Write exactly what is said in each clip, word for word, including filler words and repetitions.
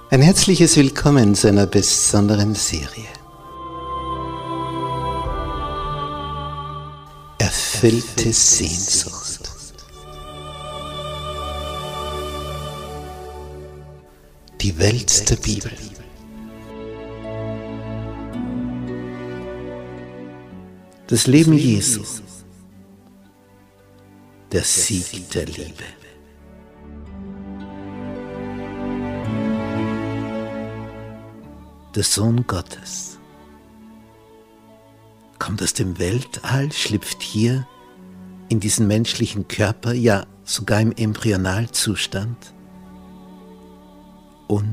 Ein herzliches Willkommen zu einer besonderen Serie. Erfüllte Sehnsucht. Die Welt der Bibel. Das Leben Jesu. Der Sieg der Liebe. Der Sohn Gottes kommt aus dem Weltall, schlüpft hier in diesen menschlichen Körper, ja sogar im Embryonalzustand und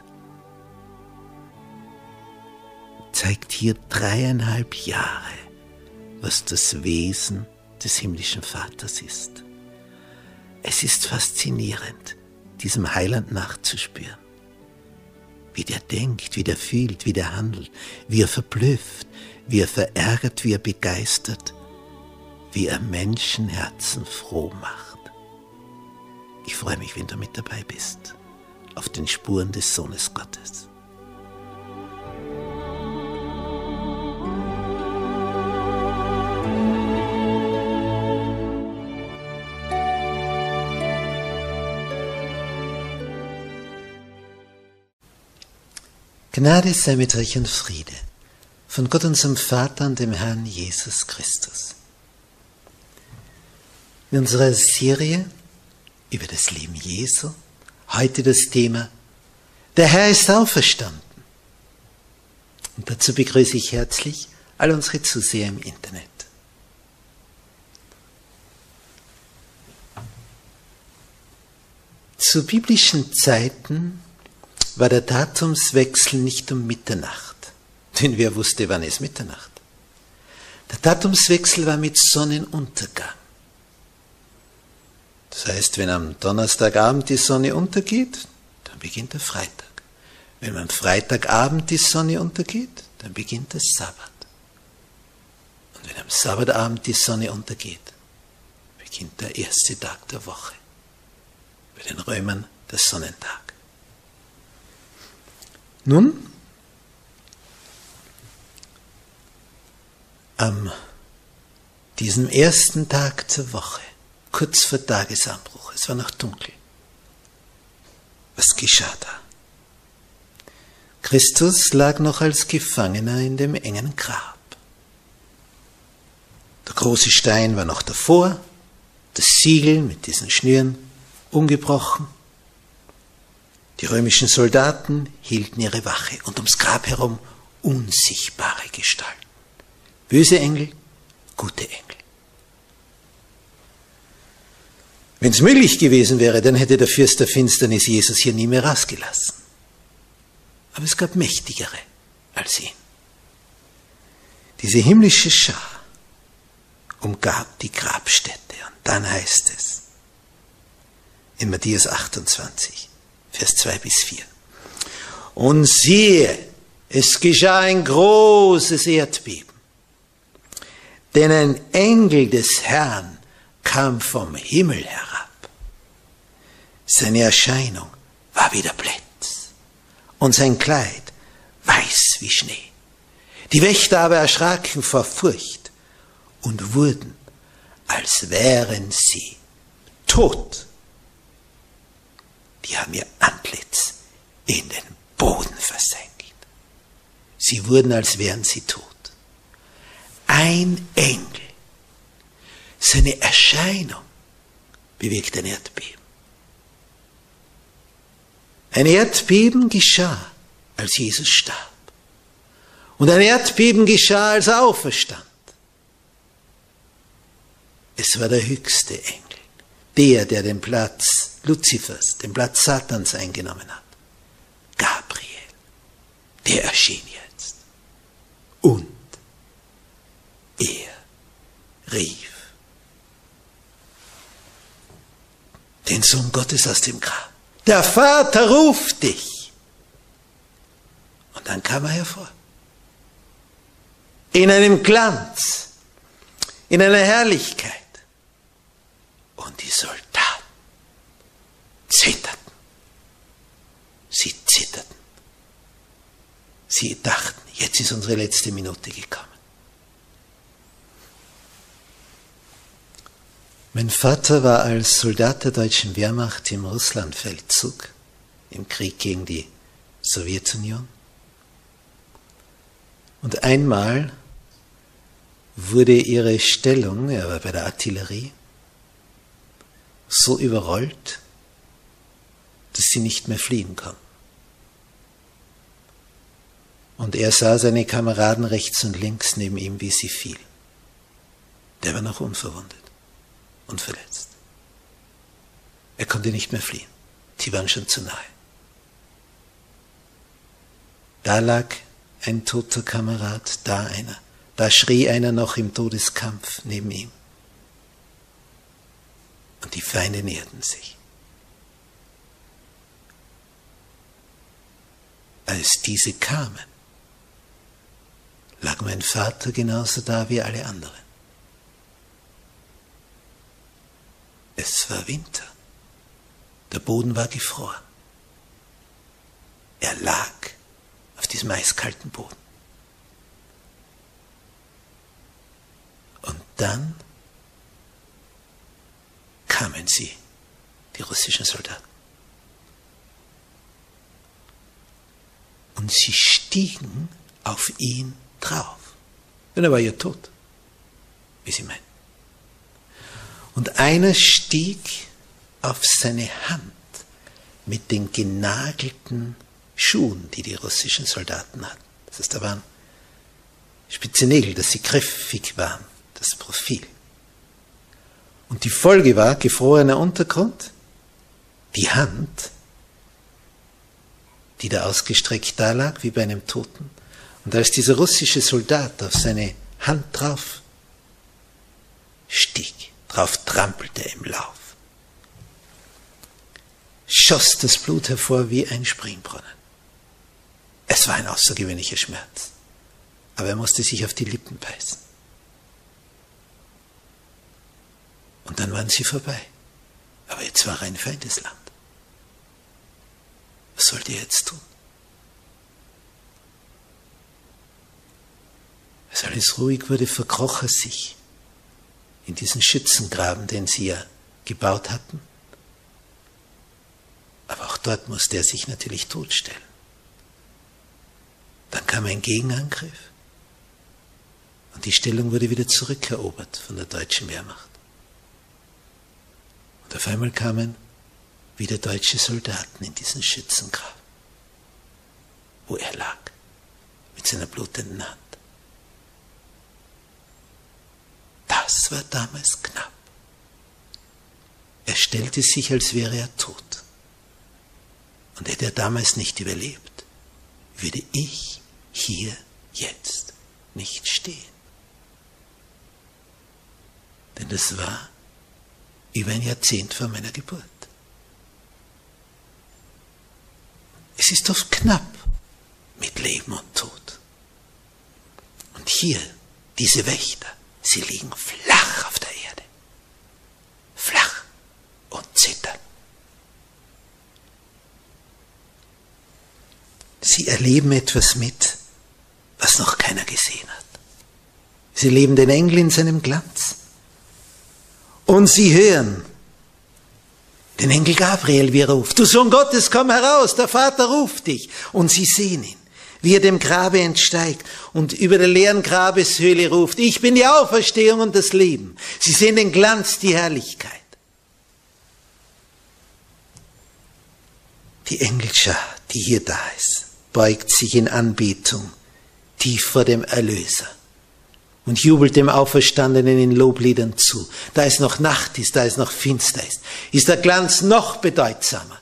zeigt hier dreieinhalb Jahre, was das Wesen des himmlischen Vaters ist. Es ist faszinierend, diesem Heiland nachzuspüren. Wie der denkt, wie der fühlt, wie der handelt, wie er verblüfft, wie er verärgert, wie er begeistert, wie er Menschenherzen froh macht. Ich freue mich, wenn du mit dabei bist, auf den Spuren des Sohnes Gottes. Gnade sei mit euch und Friede von Gott unserem Vater und dem Herrn Jesus Christus. In unserer Serie über das Leben Jesu, heute das Thema Der Herr ist auferstanden. Und dazu begrüße ich herzlich all unsere Zuseher im Internet. Zu biblischen Zeiten war der Datumswechsel nicht um Mitternacht, denn wer wusste, wann ist Mitternacht? Der Datumswechsel war mit Sonnenuntergang. Das heißt, wenn am Donnerstagabend die Sonne untergeht, dann beginnt der Freitag. Wenn am Freitagabend die Sonne untergeht, dann beginnt der Sabbat. Und wenn am Sabbatabend die Sonne untergeht, beginnt der erste Tag der Woche. Bei den Römern der Sonnentag. Nun, am diesem ersten Tag zur Woche, kurz vor Tagesanbruch, es war noch dunkel, was geschah da? Christus lag noch als Gefangener in dem engen Grab. Der große Stein war noch davor, das Siegel mit diesen Schnüren ungebrochen. Die römischen Soldaten hielten ihre Wache und ums Grab herum unsichtbare Gestalten. Böse Engel, gute Engel. Wenn es möglich gewesen wäre, dann hätte der Fürst der Finsternis Jesus hier nie mehr rausgelassen. Aber es gab mächtigere als ihn. Diese himmlische Schar umgab die Grabstätte und dann heißt es in Matthäus achtundzwanzig, Vers zwei bis vier. Und siehe, es geschah ein großes Erdbeben, denn ein Engel des Herrn kam vom Himmel herab. Seine Erscheinung war wie der Blitz und sein Kleid weiß wie Schnee. Die Wächter aber erschraken vor Furcht und wurden, als wären sie tot. Die haben ihr Antlitz in den Boden versenkt. Sie wurden, als wären sie tot. Ein Engel, seine Erscheinung bewegt ein Erdbeben. Ein Erdbeben geschah, als Jesus starb. Und ein Erdbeben geschah, als er auferstand. Es war der höchste Engel, der, der den Platz Luzifers, den Platz Satans eingenommen hat. Gabriel, der erschien jetzt. Und er rief den Sohn Gottes aus dem Grab. Der Vater ruft dich. Und dann kam er hervor. In einem Glanz, in einer Herrlichkeit. Und die Soldaten zitterten. Sie zitterten Sie dachten, jetzt ist unsere letzte Minute gekommen. Mein Vater war als Soldat der deutschen Wehrmacht im Russlandfeldzug, im Krieg gegen die Sowjetunion. Und einmal wurde ihre Stellung, er war bei der Artillerie, so überrollt, dass sie nicht mehr fliehen konnten. Und er sah seine Kameraden rechts und links neben ihm, wie sie fielen. Der war noch unverwundet und verletzt. Er konnte nicht mehr fliehen. Die waren schon zu nahe. Da lag ein toter Kamerad, da einer. Da schrie einer noch im Todeskampf neben ihm. Und die Feinde näherten sich. Als diese kamen, lag mein Vater genauso da wie alle anderen. Es war Winter. Der Boden war gefroren. Er lag auf diesem eiskalten Boden. Und dann kamen sie, die russischen Soldaten. Und sie stiegen auf ihn drauf. Denn er war ja tot, wie sie meinen. Und einer stieg auf seine Hand mit den genagelten Schuhen, die die russischen Soldaten hatten. Das heißt, da waren spitze Nägel, dass sie griffig waren, das Profil. Und die Folge war gefrorener Untergrund, die Hand, die da ausgestreckt da lag, wie bei einem Toten. Und als dieser russische Soldat auf seine Hand drauf stieg, drauf trampelte im Lauf, schoss das Blut hervor wie ein Springbrunnen. Es war ein außergewöhnlicher Schmerz, aber er musste sich auf die Lippen beißen. Und dann waren sie vorbei. Aber jetzt war er ein Feindesland. Was sollte er jetzt tun? Als alles ruhig wurde, verkroch er sich in diesen Schützengraben, den sie ja gebaut hatten. Aber auch dort musste er sich natürlich totstellen. Dann kam ein Gegenangriff und die Stellung wurde wieder zurückerobert von der deutschen Wehrmacht. Und auf einmal kamen wieder deutsche Soldaten in diesen Schützengraben, wo er lag, mit seiner blutenden Hand. Das war damals knapp. Er stellte sich, als wäre er tot. Und hätte er damals nicht überlebt, würde ich hier jetzt nicht stehen. Denn das war über ein Jahrzehnt vor meiner Geburt. Es ist oft knapp mit Leben und Tod. Und hier, diese Wächter, sie liegen flach auf der Erde. Flach und zittern. Sie erleben etwas mit, was noch keiner gesehen hat. Sie erleben den Engel in seinem Glanz. Und sie hören den Engel Gabriel, wie er ruft: Du Sohn Gottes, komm heraus, der Vater ruft dich. Und sie sehen ihn, wie er dem Grabe entsteigt und über der leeren Grabeshöhle ruft: Ich bin die Auferstehung und das Leben. Sie sehen den Glanz, die Herrlichkeit. Die Engelschar, die hier da ist, beugt sich in Anbetung tief vor dem Erlöser und jubelt dem Auferstandenen in Lobliedern zu. Da es noch Nacht ist, da es noch finster ist, ist der Glanz noch bedeutsamer.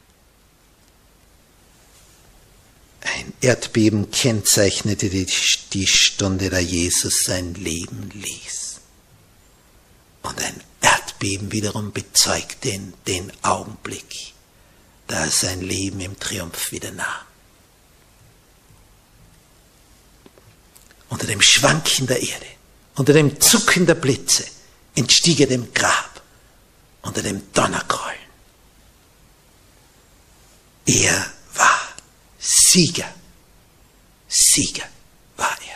Ein Erdbeben kennzeichnete die, die Stunde, da Jesus sein Leben ließ. Und ein Erdbeben wiederum bezeugte den, den Augenblick, da er sein Leben im Triumph wieder nahm. Unter dem Schwanken der Erde, unter dem Zucken der Blitze, entstieg er dem Grab, unter dem Donnergrollen. Er war Sieger. Sieger war er.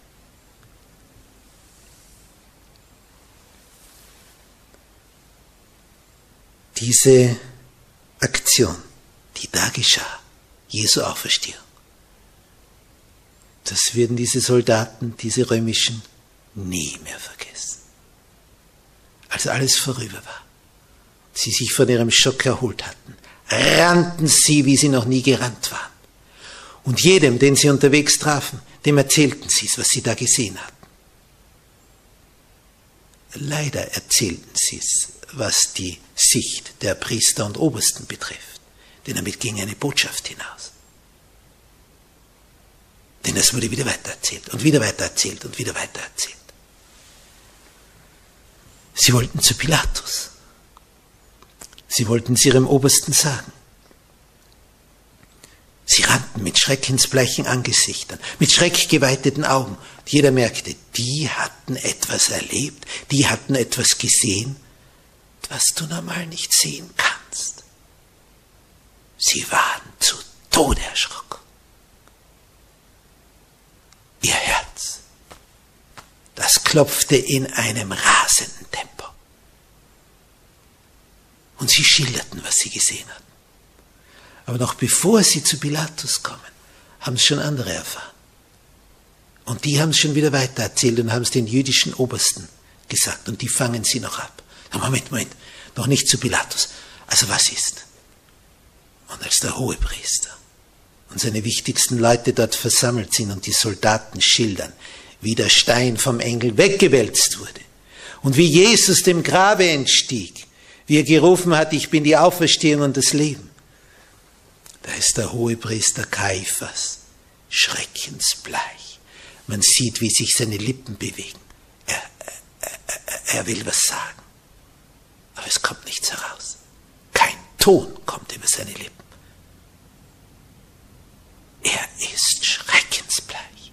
Diese Aktion, die da geschah, Jesu Auferstehung, das werden diese Soldaten, diese römischen, nie mehr vergessen. Als alles vorüber war, sie sich von ihrem Schock erholt hatten, rannten sie, wie sie noch nie gerannt waren. Und jedem, den sie unterwegs trafen, dem erzählten sie es, was sie da gesehen hatten. Leider erzählten sie es, was die Sicht der Priester und Obersten betrifft, denn damit ging eine Botschaft hinaus. Denn es wurde wieder weitererzählt und wieder weitererzählt und wieder weitererzählt. Sie wollten zu Pilatus. Sie wollten es ihrem Obersten sagen. Sie rannten mit schreckensbleichen Angesichtern, mit schreckgeweiteten Augen. Jeder merkte, die hatten etwas erlebt, die hatten etwas gesehen, was du normal nicht sehen kannst. Sie waren zu Tode erschrocken. Ihr Herz, das klopfte in einem rasenden Tempo. Und sie schilderten, was sie gesehen hatten. Aber noch bevor sie zu Pilatus kommen, haben es schon andere erfahren. Und die haben es schon wieder weitererzählt und haben es den jüdischen Obersten gesagt. Und die fangen sie noch ab. Moment, Moment, noch nicht zu Pilatus. Also was ist? Und als der Hohepriester und seine wichtigsten Leute dort versammelt sind und die Soldaten schildern, wie der Stein vom Engel weggewälzt wurde und wie Jesus dem Grabe entstieg, wie er gerufen hat, ich bin die Auferstehung und das Leben. Da ist der Hohepriester Kaiphas schreckensbleich. Man sieht, wie sich seine Lippen bewegen. Er, er, er will was sagen, aber es kommt nichts heraus. Kein Ton kommt über seine Lippen. Er ist schreckensbleich.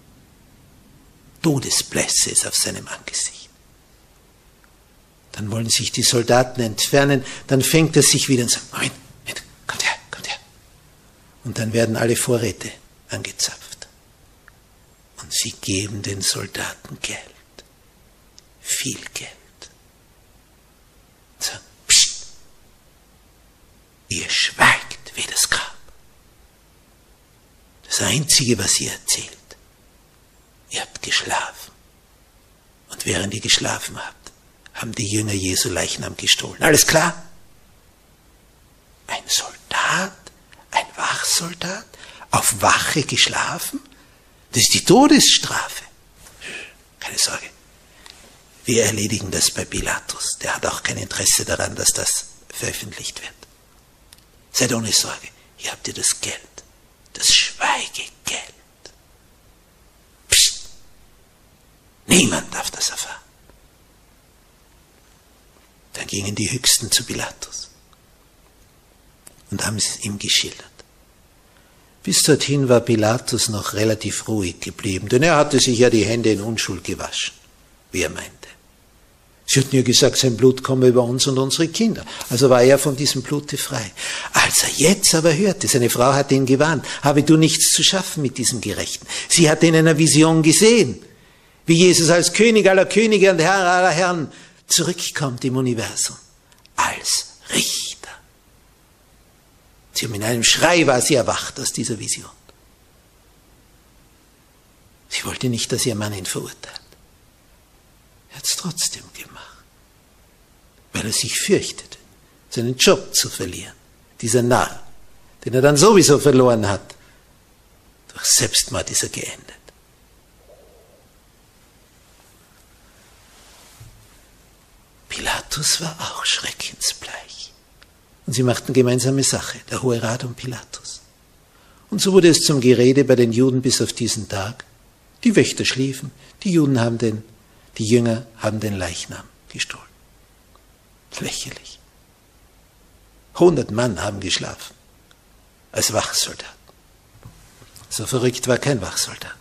Todesblässe ist auf seinem Angesicht. Dann wollen sich die Soldaten entfernen, dann fängt er sich wieder und sagt, Moment, Moment, kommt her, kommt her. Und dann werden alle Vorräte angezapft. Und sie geben den Soldaten Geld. Viel Geld. Und sagen, pst, ihr schweigt wie das Grab. Das Einzige, was ihr erzählt, ihr habt geschlafen. Und während ihr geschlafen habt, haben die Jünger Jesu Leichnam gestohlen. Alles klar? Ein Soldat, ein Wachsoldat, auf Wache geschlafen? Das ist die Todesstrafe. Keine Sorge. Wir erledigen das bei Pilatus. Der hat auch kein Interesse daran, dass das veröffentlicht wird. Seid ohne Sorge. Hier habt ihr das Geld. Das Schweigegeld. Psst. Niemand darf das erfahren. Dann gingen die Höchsten zu Pilatus und haben es ihm geschildert. Bis dorthin war Pilatus noch relativ ruhig geblieben, denn er hatte sich ja die Hände in Unschuld gewaschen, wie er meinte. Sie hatten ja gesagt, sein Blut komme über uns und unsere Kinder. Also war er von diesem Blute frei. Als er jetzt aber hörte, seine Frau hatte ihn gewarnt, habe du nichts zu schaffen mit diesem Gerechten. Sie hatte in einer Vision gesehen, wie Jesus als König aller Könige und Herr aller Herren zurückkommt im Universum. Als Richter. Sie haben in einem Schrei war sie erwacht aus dieser Vision. Sie wollte nicht, dass ihr Mann ihn verurteilt. Er hat es trotzdem gemacht, weil er sich fürchtete, seinen Job zu verlieren. Dieser Narr, den er dann sowieso verloren hat. Durch Selbstmord ist er geendet. Pilatus war auch schreckensbleich. Und sie machten gemeinsame Sache, der Hohe Rat und Pilatus. Und so wurde es zum Gerede bei den Juden bis auf diesen Tag. Die Wächter schliefen, die Juden haben den Die Jünger haben den Leichnam gestohlen. Lächerlich. Hundert Mann haben geschlafen. Als Wachsoldat. So verrückt war kein Wachsoldat.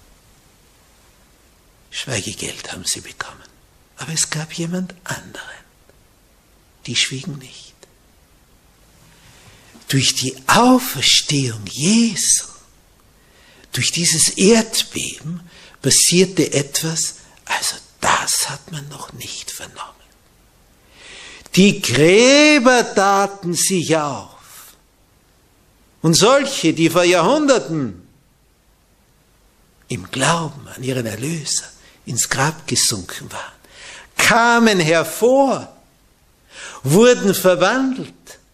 Schweigegeld haben sie bekommen. Aber es gab jemand anderen. Die schwiegen nicht. Durch die Auferstehung Jesu, durch dieses Erdbeben passierte etwas, also das hat man noch nicht vernommen. Die Gräber taten sich auf. Und solche, die vor Jahrhunderten im Glauben an ihren Erlöser ins Grab gesunken waren, kamen hervor, wurden verwandelt,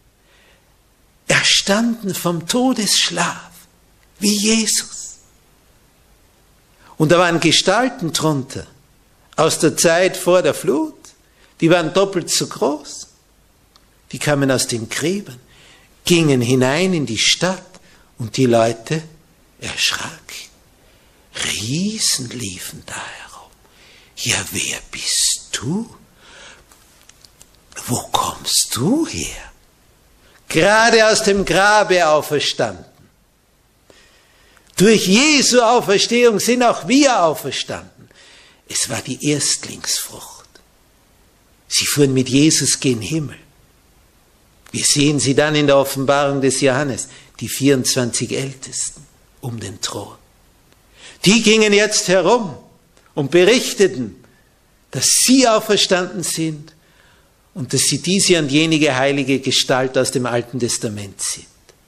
erstanden vom Todesschlaf, wie Jesus. Und da waren Gestalten drunter, aus der Zeit vor der Flut, die waren doppelt so groß. Die kamen aus den Gräbern, gingen hinein in die Stadt und die Leute erschraken. Riesen liefen da herum. Ja, wer bist du? Wo kommst du her? Gerade aus dem Grabe auferstanden. Durch Jesu Auferstehung sind auch wir auferstanden. Es war die Erstlingsfrucht. Sie fuhren mit Jesus gen Himmel. Wir sehen sie dann in der Offenbarung des Johannes, die vierundzwanzig Ältesten um den Thron. Die gingen jetzt herum und berichteten, dass sie auferstanden sind und dass sie diese und jenige heilige Gestalt aus dem Alten Testament sind.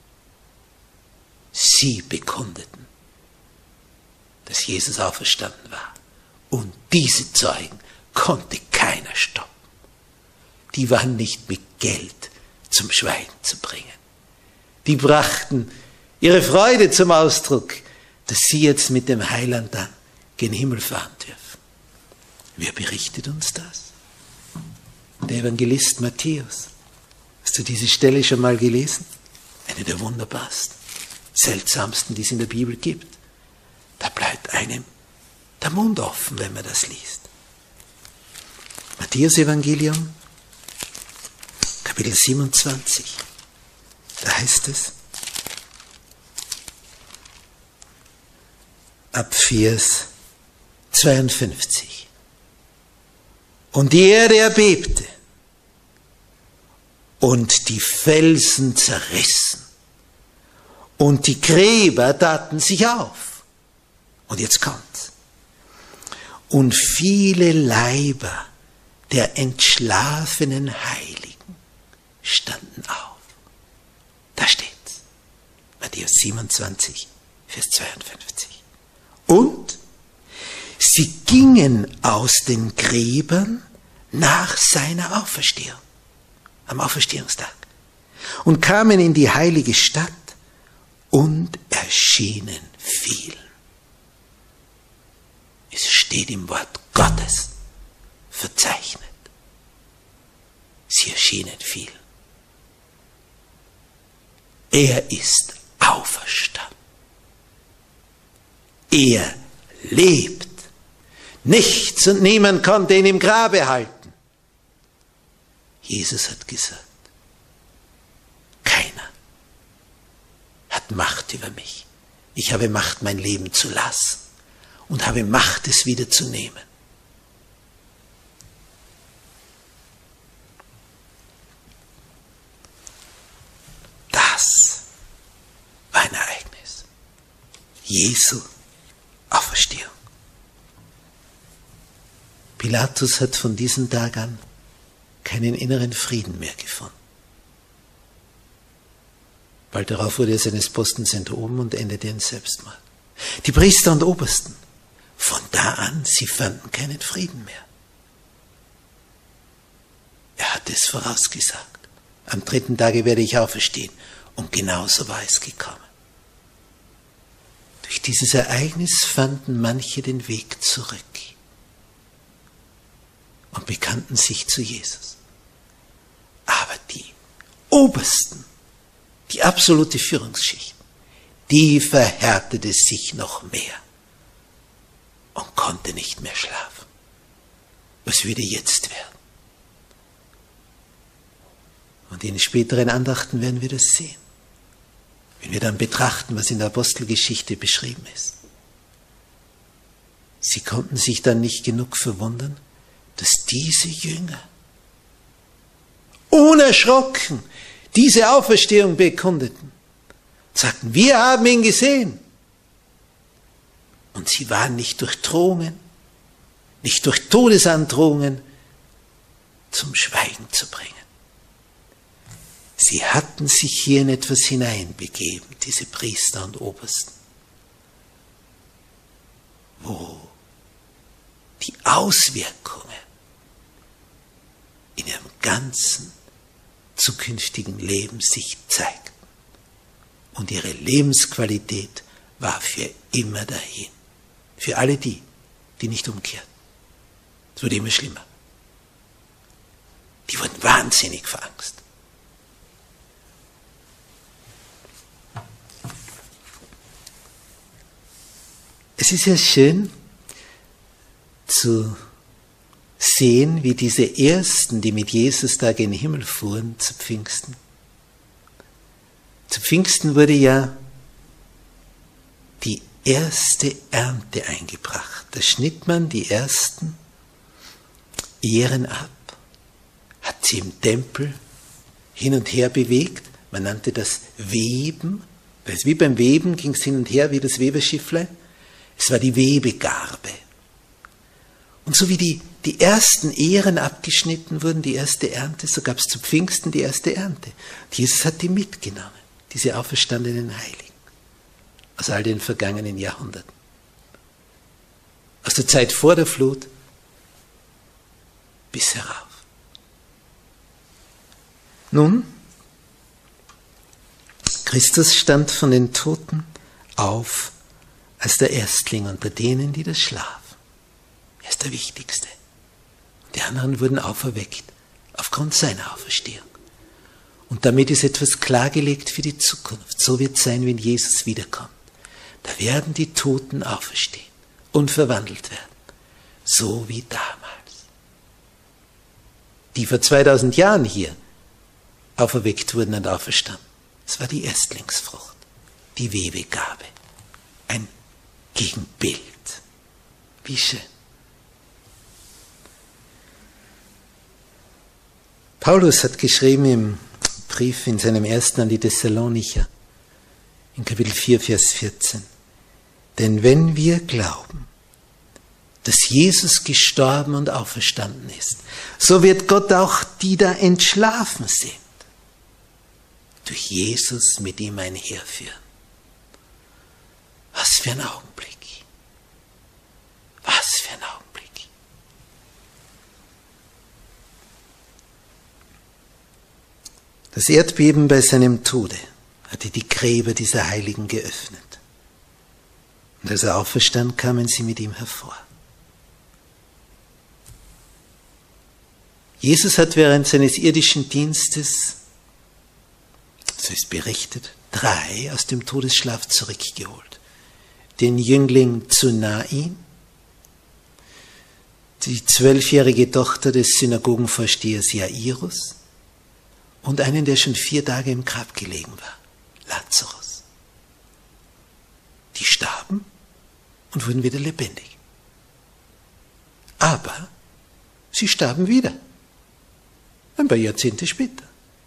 Sie bekundeten, dass Jesus auferstanden war. Und diese Zeugen konnte keiner stoppen. Die waren nicht mit Geld zum Schweigen zu bringen. Die brachten ihre Freude zum Ausdruck, dass sie jetzt mit dem Heiland dann gen Himmel fahren dürfen. Wer berichtet uns das? Der Evangelist Matthäus. Hast du diese Stelle schon mal gelesen? Eine der wunderbarsten, seltsamsten, die es in der Bibel gibt. Da bleibt einem der Mund offen, wenn man das liest. Matthäus Evangelium, Kapitel siebenundzwanzig. Da heißt es, ab Vers zweiundfünfzig. Und die Erde erbebte und die Felsen zerrissen und die Gräber taten sich auf. Und jetzt kommt's. Und viele Leiber der entschlafenen Heiligen standen auf. Da steht's. Matthäus siebenundzwanzig, Vers zweiundfünfzig. Und sie gingen aus den Gräbern nach seiner Auferstehung, am Auferstehungstag, und kamen in die heilige Stadt und erschienen vielen. Es steht im Wort Gottes verzeichnet. Sie erschienen vielen. Er ist auferstanden. Er lebt. Nichts und niemand konnte ihn im Grabe halten. Jesus hat gesagt, keiner hat Macht über mich. Ich habe Macht, mein Leben zu lassen und habe Macht, es wieder zu nehmen. Das war ein Ereignis. Jesu Auferstehung. Pilatus hat von diesem Tag an keinen inneren Frieden mehr gefunden. Bald darauf wurde er seines Postens enthoben und endete in Selbstmord. Die Priester und Obersten, von da an, sie fanden keinen Frieden mehr. Er hat es vorausgesagt. Am dritten Tage werde ich auferstehen. Und genauso war es gekommen. Durch dieses Ereignis fanden manche den Weg zurück und bekannten sich zu Jesus. Aber die Obersten, die absolute Führungsschicht, die verhärtete sich noch mehr und konnte nicht mehr schlafen. Was würde jetzt werden? Und in späteren Andachten werden wir das sehen, wenn wir dann betrachten, was in der Apostelgeschichte beschrieben ist. Sie konnten sich dann nicht genug verwundern, dass diese Jünger unerschrocken diese Auferstehung bekundeten. Sagten, wir haben ihn gesehen. Und sie waren nicht durch Drohungen, nicht durch Todesandrohungen zum Schweigen zu bringen. Sie hatten sich hier in etwas hineinbegeben, diese Priester und Obersten, wo die Auswirkungen in ihrem ganzen zukünftigen Leben sich zeigten. Und ihre Lebensqualität war für immer dahin. Für alle die, die nicht umkehrten. Es wurde immer schlimmer. Die wurden wahnsinnig vor Angst. Es ist ja schön zu sehen, wie diese Ersten, die mit Jesus da gen Himmel fuhren, zu Pfingsten. Zu Pfingsten wurde ja die erste Ernte eingebracht. Da schnitt man die ersten Ähren ab, hat sie im Tempel hin und her bewegt. Man nannte das Weben, weil es wie beim Weben ging es hin und her wie das Weberschifflein. Es war die Webegarbe. Und so wie die, die ersten Ähren abgeschnitten wurden, die erste Ernte, so gab es zu Pfingsten die erste Ernte. Und Jesus hat die mitgenommen, diese auferstandenen Heiligen, aus all den vergangenen Jahrhunderten. Aus der Zeit vor der Flut bis herauf. Nun, Christus stand von den Toten auf als der Erstling unter denen, die das schlafen. Er ist der Wichtigste. Die anderen wurden auferweckt aufgrund seiner Auferstehung. Und damit ist etwas klargelegt für die Zukunft. So wird es sein, wenn Jesus wiederkommt. Da werden die Toten auferstehen und verwandelt werden. So wie damals. Die vor zweitausend Jahren hier auferweckt wurden und auferstanden. Es war die Erstlingsfrucht, die Webegabe. Ein Gegenbild. Wie schön. Paulus hat geschrieben im Brief in seinem ersten an die Thessalonicher, in Kapitel vier, Vers vierzehn. Denn wenn wir glauben, dass Jesus gestorben und auferstanden ist, so wird Gott auch die da entschlafen sind, durch Jesus mit ihm einherführen. Was für ein Augenblick. Was für ein Augenblick. Das Erdbeben bei seinem Tode hatte die Gräber dieser Heiligen geöffnet. Und als er auferstand, kamen sie mit ihm hervor. Jesus hat während seines irdischen Dienstes, so ist berichtet, drei aus dem Todesschlaf zurückgeholt. Den Jüngling Zunain, die zwölfjährige Tochter des Synagogenvorstehers Jairus und einen, der schon vier Tage im Grab gelegen war, Lazarus. Die starben und wurden wieder lebendig. Aber sie starben wieder, ein paar Jahrzehnte später.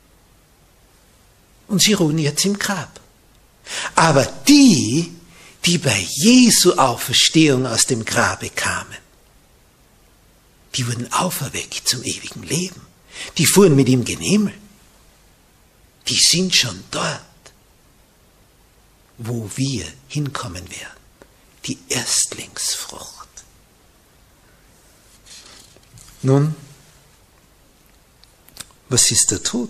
Und sie ruhen jetzt im Grab. Aber die, die bei Jesu Auferstehung aus dem Grabe kamen, die wurden auferweckt zum ewigen Leben. Die fuhren mit ihm gen Himmel. Die sind schon dort, wo wir hinkommen werden. Die Erstlingsfrucht. Nun, was ist der Tod?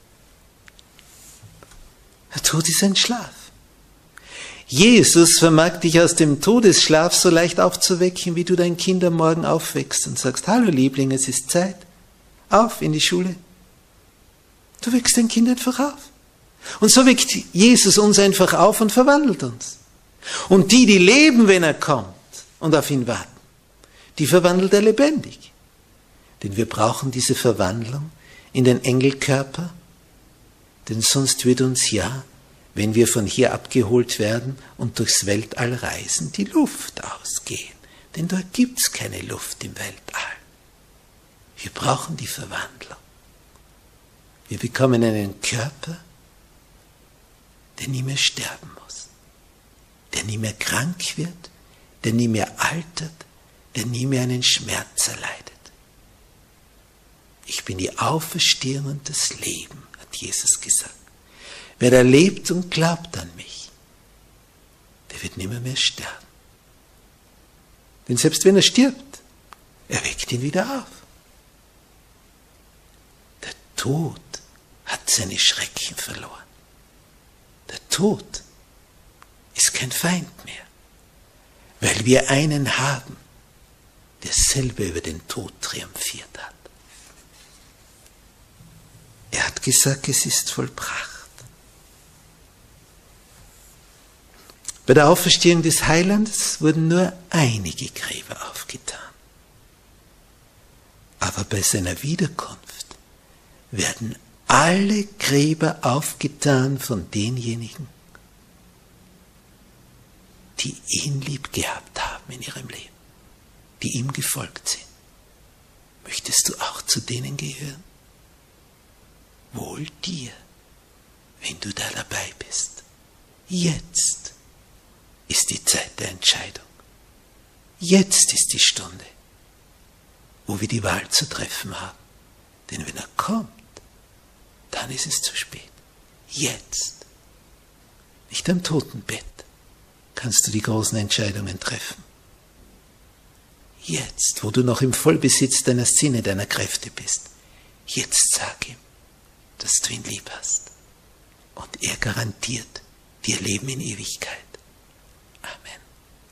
Der Tod ist ein Schlaf. Jesus vermag dich aus dem Todesschlaf so leicht aufzuwecken, wie du dein Kind am Morgen aufweckst und sagst, hallo Liebling, es ist Zeit, auf in die Schule. Du weckst dein Kind einfach auf. Und so weckt Jesus uns einfach auf und verwandelt uns. Und die, die leben, wenn er kommt und auf ihn warten, die verwandelt er lebendig. Denn wir brauchen diese Verwandlung in den Engelkörper, denn sonst wird uns ja, wenn wir von hier abgeholt werden und durchs Weltall reisen, die Luft ausgehen. Denn dort gibt es keine Luft im Weltall. Wir brauchen die Verwandlung. Wir bekommen einen Körper, der nie mehr sterben muss, der nie mehr krank wird, der nie mehr altert, der nie mehr einen Schmerz erleidet. Ich bin die Auferstehung und das Leben, hat Jesus gesagt. Wer da lebt und glaubt an mich, der wird nimmer mehr sterben. Denn selbst wenn er stirbt, er weckt ihn wieder auf. Der Tod hat seine Schrecken verloren. Der Tod ist kein Feind mehr, weil wir einen haben, der selber über den Tod triumphiert hat. Er hat gesagt, es ist vollbracht. Bei der Auferstehung des Heilands wurden nur einige Gräber aufgetan. Aber bei seiner Wiederkunft werden alle Gräber aufgetan von denjenigen, die ihn lieb gehabt haben in ihrem Leben, die ihm gefolgt sind. Möchtest du auch zu denen gehören? Wohl dir, wenn du da dabei bist. Jetzt ist die Zeit der Entscheidung. Jetzt ist die Stunde, wo wir die Wahl zu treffen haben. Denn wenn er kommt, dann ist es zu spät. Jetzt, nicht am Totenbett, kannst du die großen Entscheidungen treffen. Jetzt, wo du noch im Vollbesitz deiner Sinne, deiner Kräfte bist, jetzt sag ihm, dass du ihn lieb hast. Und er garantiert dir Leben in Ewigkeit. Amen.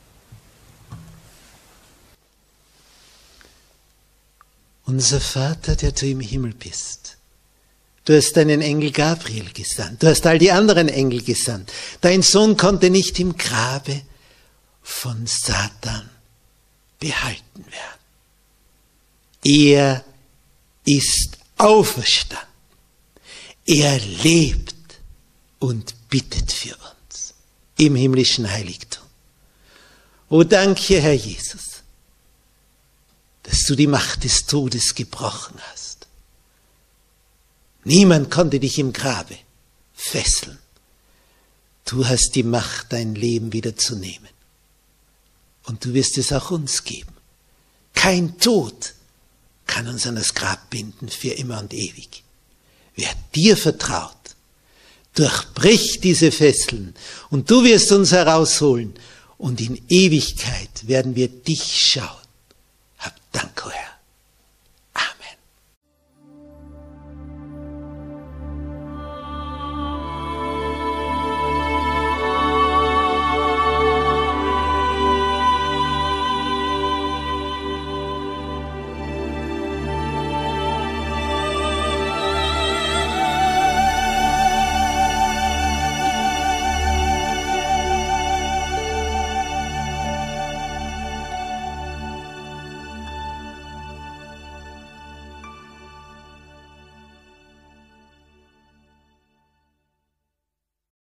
Unser Vater, der du im Himmel bist, du hast deinen Engel Gabriel gesandt, du hast all die anderen Engel gesandt. Dein Sohn konnte nicht im Grabe von Satan behalten werden. Er ist auferstanden. Er lebt und bittet für uns im himmlischen Heiligtum. O danke, Herr Jesus, dass du die Macht des Todes gebrochen hast. Niemand konnte dich im Grabe fesseln. Du hast die Macht, dein Leben wieder zu nehmen. Und du wirst es auch uns geben. Kein Tod kann uns an das Grab binden für immer und ewig. Wer dir vertraut, durchbricht diese Fesseln und du wirst uns herausholen und in Ewigkeit werden wir dich schauen.